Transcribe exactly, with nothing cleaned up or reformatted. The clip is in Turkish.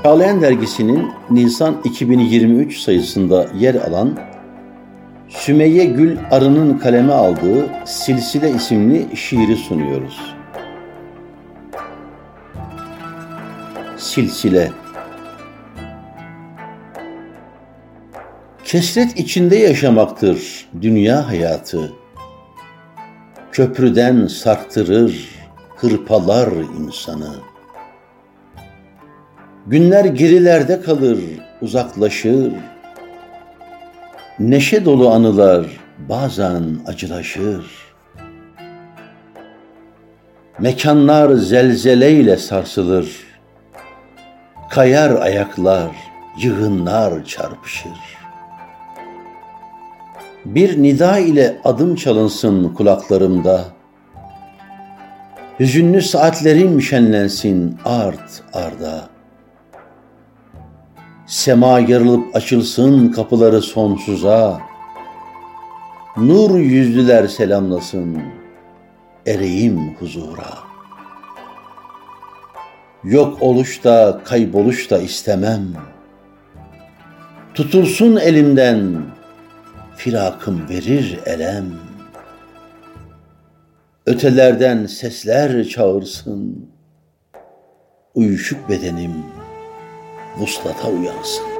Çağlayan Dergisi'nin Nisan iki bin yirmi üç sayısında yer alan Sümeyye Gül Arı'nın kaleme aldığı Silsile isimli şiiri sunuyoruz. Silsile. Kesret içinde yaşamaktır dünya hayatı. Köprüden sarktırır, hırpalar insanı. Günler gerilerde kalır, uzaklaşır. Neşe dolu anılar bazen acılaşır. Mekanlar zelzeleyle sarsılır. Kayar ayaklar, yığınlar çarpışır. Bir nida ile adım çalınsın kulaklarımda. Hüzünlü saatlerim şenlensin art arda. Sema yarılıp açılsın kapıları sonsuza. Nur yüzlüler selamlasın, ereyim huzura. Yok oluş da kayboluş da istemem. Tutulsun elimden, firakım verir elem. Ötelerden sesler çağırsın, uyuşuk bedenim vuslata uyansın.